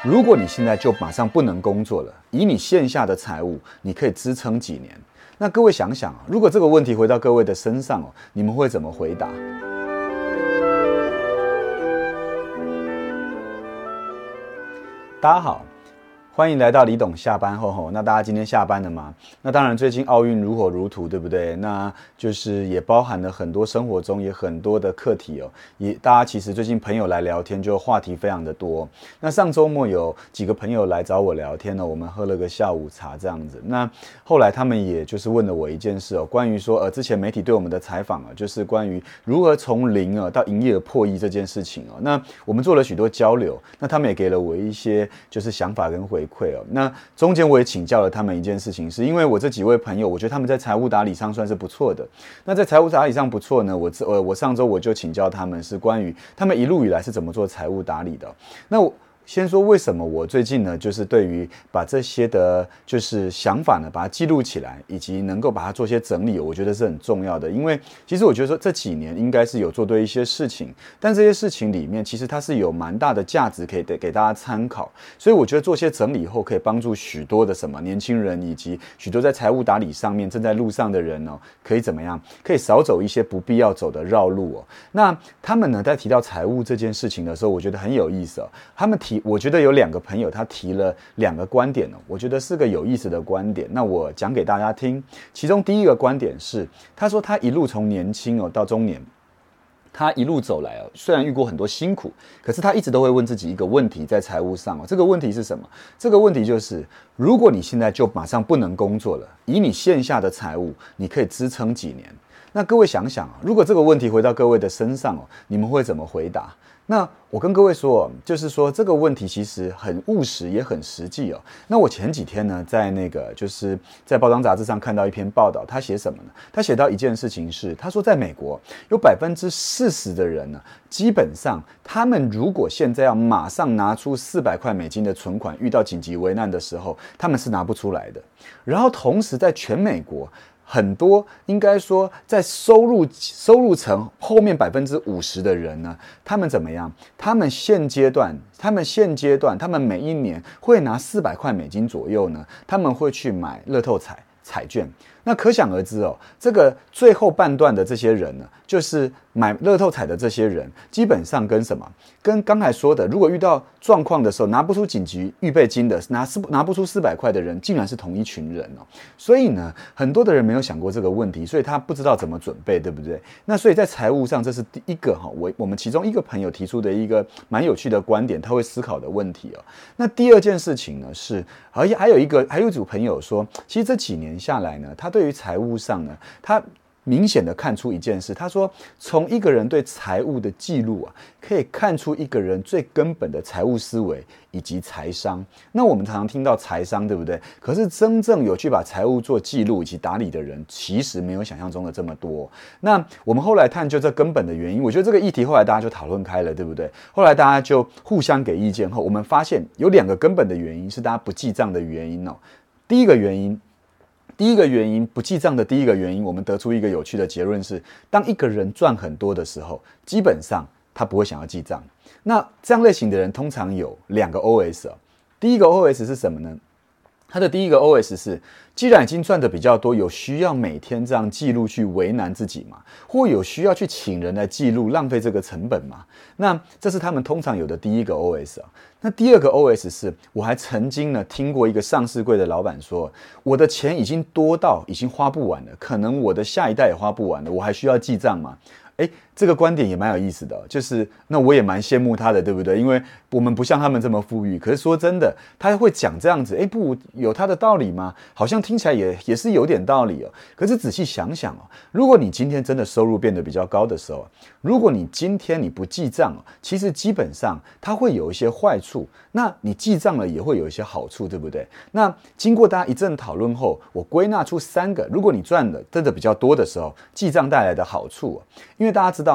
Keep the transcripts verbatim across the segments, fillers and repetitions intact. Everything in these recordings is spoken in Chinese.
如果你现在就马上不能工作了，以你线下的财务，你可以支撑几年？那各位想想，如果这个问题回到各位的身上哦，你们会怎么回答？大家好，欢迎来到李董下班后吼。那大家今天下班了吗？那当然，最近奥运如火如荼，对不对？那就是也包含了很多生活中也很多的课题哦。也大家其实最近朋友来聊天，就话题非常的多。那上周末有几个朋友来找我聊天呢，我们喝了个下午茶这样子。那后来他们也就是问了我一件事哦，关于说呃之前媒体对我们的采访啊，就是关于如何从零啊到营业额破亿这件事情哦。那我们做了许多交流，那他们也给了我一些就是想法跟回馈哦。那中间我也请教了他们一件事情，是因为我这几位朋友，我觉得他们在财务打理上算是不错的。那在财务打理上不错呢，我我我上周我就请教他们是关于他们一路以来是怎么做财务打理的。那我先说为什么我最近呢，就是对于把这些的，就是想法呢，把它记录起来，以及能够把它做些整理，我觉得是很重要的。因为其实我觉得说这几年应该是有做对一些事情，但这些事情里面其实它是有蛮大的价值可以给大家参考。所以我觉得做些整理后，可以帮助许多的什么年轻人，以及许多在财务打理上面正在路上的人哦，可以怎么样？可以少走一些不必要走的绕路哦。那他们呢，在提到财务这件事情的时候，我觉得很有意思哦。他们提。我觉得有两个朋友他提了两个观点哦，我觉得是个有意思的观点。那我讲给大家听。其中第一个观点是，他说他一路从年轻哦到中年，他一路走来哦，虽然遇过很多辛苦，可是他一直都会问自己一个问题，在财务上哦，这个问题是什么？这个问题就是，如果你现在就马上不能工作了，以你线下的财务，你可以支撑几年？那各位想想啊，如果这个问题回到各位的身上哦，你们会怎么回答？那我跟各位说，就是说这个问题其实很务实，也很实际哦。那我前几天呢，在那个就是在报章杂志上看到一篇报道，他写什么呢？他写到一件事情是，他说在美国有百分之四十的人呢，基本上他们如果现在要马上拿出四百块美金的存款，遇到紧急危难的时候，他们是拿不出来的。然后同时在全美国。很多应该说，在收入收入层后面百分之五十的人呢，他们怎么样？他们现阶段，他们现阶段，他们每一年会拿四百块美金左右呢，他们会去买乐透彩彩券。那可想而知哦，这个最后半段的这些人呢，就是买乐透彩的这些人，基本上跟什么？跟刚才说的，如果遇到状况的时候拿不出紧急预备金的，拿拿不出四百块的人，竟然是同一群人哦。所以呢，很多的人没有想过这个问题，所以他不知道怎么准备，对不对？那所以在财务上，这是第一个哈，我我们其中一个朋友提出的一个蛮有趣的观点，他会思考的问题哦。那第二件事情呢是，而且还有一个还有一组朋友说，其实这几年下来呢，他对于财务上呢，他明显的看出一件事，他说从一个人对财务的记录啊，可以看出一个人最根本的财务思维以及财商。那我们常常听到财商，对不对？可是真正有去把财务做记录以及打理的人，其实没有想象中的这么多。那我们后来探究这根本的原因，我觉得这个议题后来大家就讨论开了，对不对？后来大家就互相给意见后，我们发现有两个根本的原因是大家不记账的原因哦。第一个原因。第一个原因，不记账的第一个原因，我们得出一个有趣的结论是：当一个人赚很多的时候，基本上他不会想要记账。那这样类型的人通常有两个 O S 哦。第一个 O S 是什么呢？他的第一个 O S 是，既然已经赚的比较多，有需要每天这样记录去为难自己吗？或有需要去请人来记录，浪费这个成本吗？那这是他们通常有的第一个 O S 啊。那第二个 O S 是，我还曾经呢听过一个上市柜的老板说，我的钱已经多到已经花不完了，可能我的下一代也花不完了，我还需要记账吗？哎，这个观点也蛮有意思的，就是那我也蛮羡慕他的，对不对？因为我们不像他们这么富裕，可是说真的，他会讲这样子，哎，不有他的道理吗？好像听起来也也是有点道理哦。可是仔细想想哦，如果你今天真的收入变得比较高的时候，如果你今天你不记账哦，其实基本上它会有一些坏处，那你记账了也会有一些好处，对不对？那经过大家一阵讨论后，我归纳出三个，如果你赚的真的比较多的时候，记账带来的好处哦。因为大家知道嘛，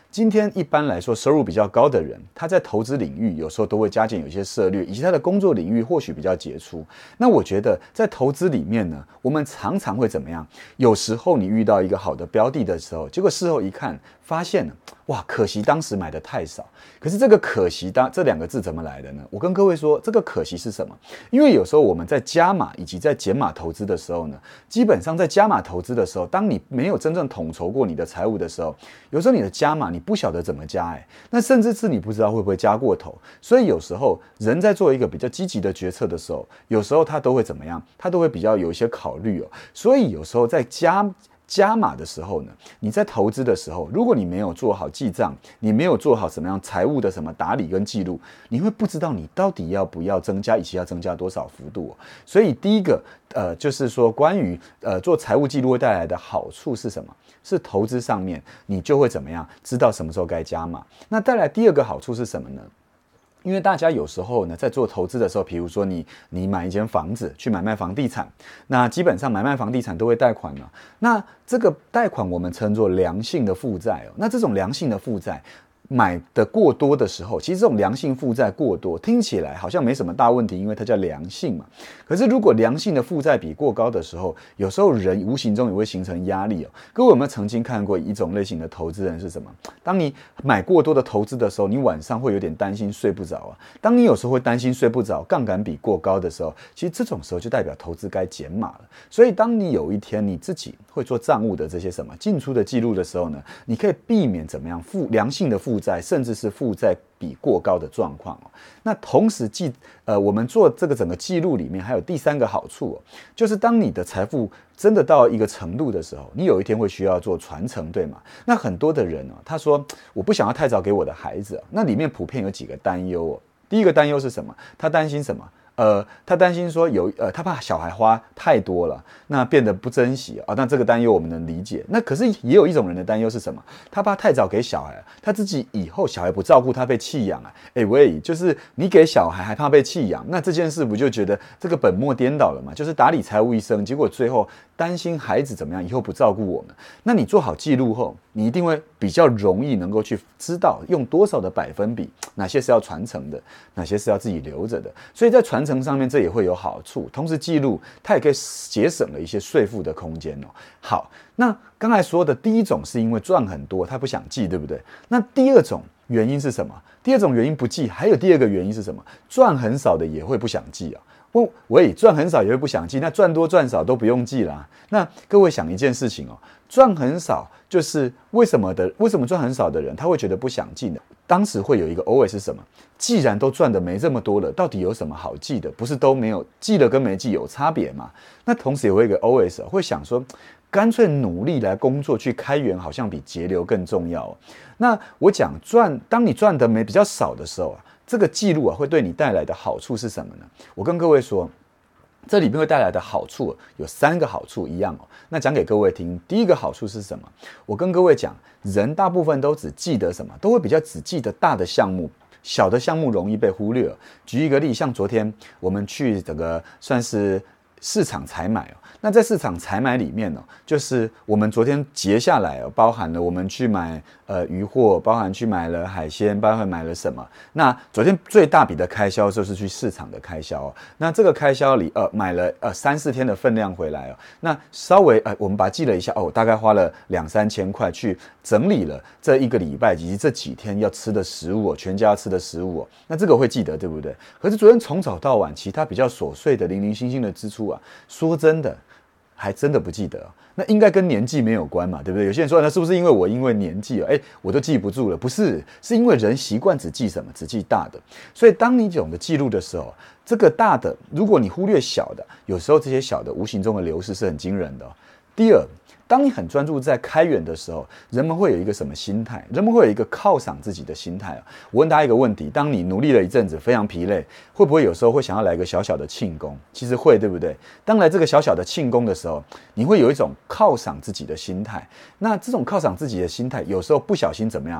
今天一般来说收入比较高的人，他在投资领域有时候都会加减有一些策略，以及他的工作领域或许比较杰出。那我觉得在投资里面呢，我们常常会怎么样？有时候你遇到一个好的标的的时候，结果事后一看，发现了，哇，可惜当时买的太少。可是这个可惜当这两个字怎么来的呢？我跟各位说，这个可惜是什么？因为有时候我们在加码以及在减码投资的时候呢，基本上在加码投资的时候，当你没有真正统筹过你的财务的时候，有时候你的加码你不晓得怎么加，哎，那甚至是你不知道会不会加过头。所以有时候人在做一个比较积极的决策的时候，有时候他都会怎么样？他都会比较有一些考虑哦。所以有时候在加加码的时候呢，你在投资的时候，如果你没有做好记账，你没有做好什么样财务的什么打理跟记录，你会不知道你到底要不要增加，以及要增加多少幅度哦。所以第一个，呃，就是说关于呃做财务记录会带来的好处是什么？是投资上面你就会怎么样，知道什么时候该加码。那带来第二个好处是什么呢？因为大家有时候呢，在做投资的时候，比如说你你买一间房子去买卖房地产，那基本上买卖房地产都会贷款嘛。那这个贷款我们称作良性的负债哦。那这种良性的负债买的过多的时候，其实这种良性负债过多听起来好像没什么大问题，因为它叫良性嘛。可是如果良性的负债比过高的时候，有时候人无形中也会形成压力哦。各位有没有曾经看过一种类型的投资人是什么？当你买过多的投资的时候，你晚上会有点担心睡不着啊。当你有时候会担心睡不着，杠杆比过高的时候，其实这种时候就代表投资该减码了。所以当你有一天你自己会做账务的这些什么进出的记录的时候呢，你可以避免怎么样负良性的负债，甚至是负债比过高的状况哦。那同时记呃，我们做这个整个记录里面还有第三个好处哦，就是当你的财富真的到一个程度的时候，你有一天会需要做传承，对吗？那很多的人哦，他说我不想要太早给我的孩子哦，那里面普遍有几个担忧哦。第一个担忧是什么？他担心什么？呃，他担心说有呃，他怕小孩花太多了，那变得不珍惜啊。那这个担忧我们能理解。那可是也有一种人的担忧是什么？他怕太早给小孩，他自己以后小孩不照顾他被弃养啊。哎喂，就是你给小孩还怕被弃养，那这件事不就觉得这个本末颠倒了吗？就是打理财务一生，结果最后担心孩子怎么样，以后不照顾我们。那你做好记录后，你一定会比较容易能够去知道用多少的百分比，哪些是要传承的，哪些是要自己留着的。所以在传承上面这也会有好处，同时记录它也可以节省了一些税负的空间哦。好，那刚才说的第一种是因为赚很多他不想记，对不对？那第二种原因是什么？第二种原因不记，还有第二个原因是什么？赚很少的也会不想记啊。我喂，赚很少也会不想记，那赚多赚少都不用记啦。那各位想一件事情哦，赚很少就是为什么的？为什么赚很少的人他会觉得不想记呢？当时会有一个 O S 是什么？既然都赚的没这么多了，到底有什么好记的？不是都没有记了跟没记有差别吗？那同时也会有一个 O S 会想说，干脆努力来工作去开源，好像比节流更重要哦。那我讲赚，当你赚的没比较少的时候啊，这个记录啊会对你带来的好处是什么呢？我跟各位说，这里面会带来的好处有三个好处一样哦。那讲给各位听，第一个好处是什么？我跟各位讲，人大部分都只记得什么？都会比较只记得大的项目，小的项目容易被忽略。举一个例，像昨天我们去这个算是市场采买哦。那在市场采买里面呢、哦，就是我们昨天结下来哦，包含了我们去买呃鱼货，包含去买了海鲜，包含买了什么？那昨天最大笔的开销就是去市场的开销、哦。那这个开销里呃买了呃三四天的分量回来哦。那稍微呃我们把它记了一下哦，大概花了两三千块去整理了这一个礼拜以及这几天要吃的食物哦，全家要吃的食物哦。那这个会记得对不对？可是昨天从早到晚，其他比较琐碎的零零星星的支出啊，说真的。还真的不记得、哦，那应该跟年纪没有关嘛，对不对？有些人说，那是不是因为我因为年纪啊，哎，我都记不住了？不是，是因为人习惯只记什么，只记大的。所以当你懂得记录的时候，这个大的，如果你忽略小的，有时候这些小的无形中的流失是很惊人的、哦。第二，当你很专注在开源的时候，人们会有一个什么心态？人们会有一个犒赏自己的心态啊。我问大家一个问题：当你努力了一阵子，非常疲累，会不会有时候会想要来一个小小的庆功？其实会，对不对？当来这个小小的庆功的时候，你会有一种犒赏自己的心态。那这种犒赏自己的心态，有时候不小心怎么样？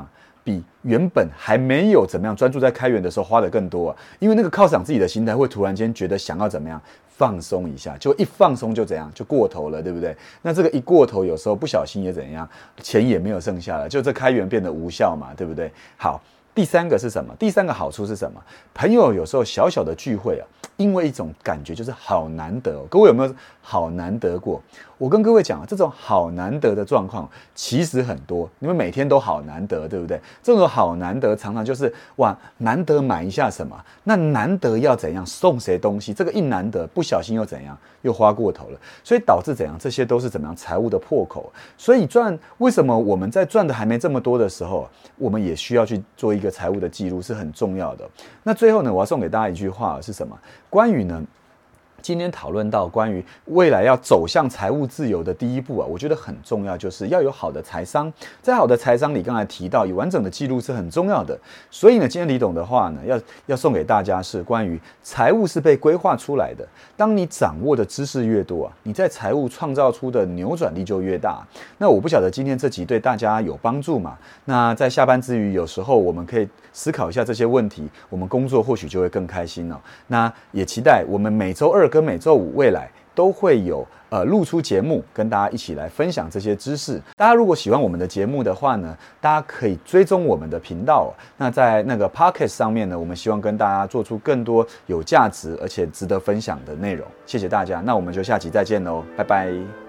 比原本还没有怎么样专注在开源的时候花的更多啊，因为那个犒赏自己的心态会突然间觉得想要怎么样放松一下，就一放松就怎样就过头了，对不对？那这个一过头，有时候不小心也怎样，钱也没有剩下了，就这开源变得无效嘛，对不对？好。第三个是什么？第三个好处是什么？朋友有时候小小的聚会啊，因为一种感觉就是好难得哦。各位有没有好难得过？我跟各位讲啊，这种好难得的状况其实很多，你们每天都好难得，对不对？这种好难得常常就是哇，难得买一下什么，那难得要怎样送谁东西，这个一难得不小心又怎样，又花过头了，所以导致怎样，这些都是怎么样财务的破口。所以赚为什么我们在赚的还没这么多的时候，我们也需要去做一个财务的记录，是很重要的。那最后呢，我要送给大家一句话是什么？关于呢？今天讨论到关于未来要走向财务自由的第一步啊，我觉得很重要，就是要有好的财商。在好的财商里，刚才提到有完整的记录是很重要的。所以呢，今天李董的话呢，要要送给大家是关于财务是被规划出来的。当你掌握的知识越多啊，你在财务创造出的扭转力就越大。那我不晓得今天这集对大家有帮助吗？那在下班之余，有时候我们可以思考一下这些问题，我们工作或许就会更开心哦。那也期待我们每周二跟每周五未来都会有呃录出节目，跟大家一起来分享这些知识。大家如果喜欢我们的节目的话呢，大家可以追踪我们的频道。那在那个 Podcast 上面呢，我们希望跟大家做出更多有价值而且值得分享的内容。谢谢大家，那我们就下期再见喽，拜拜。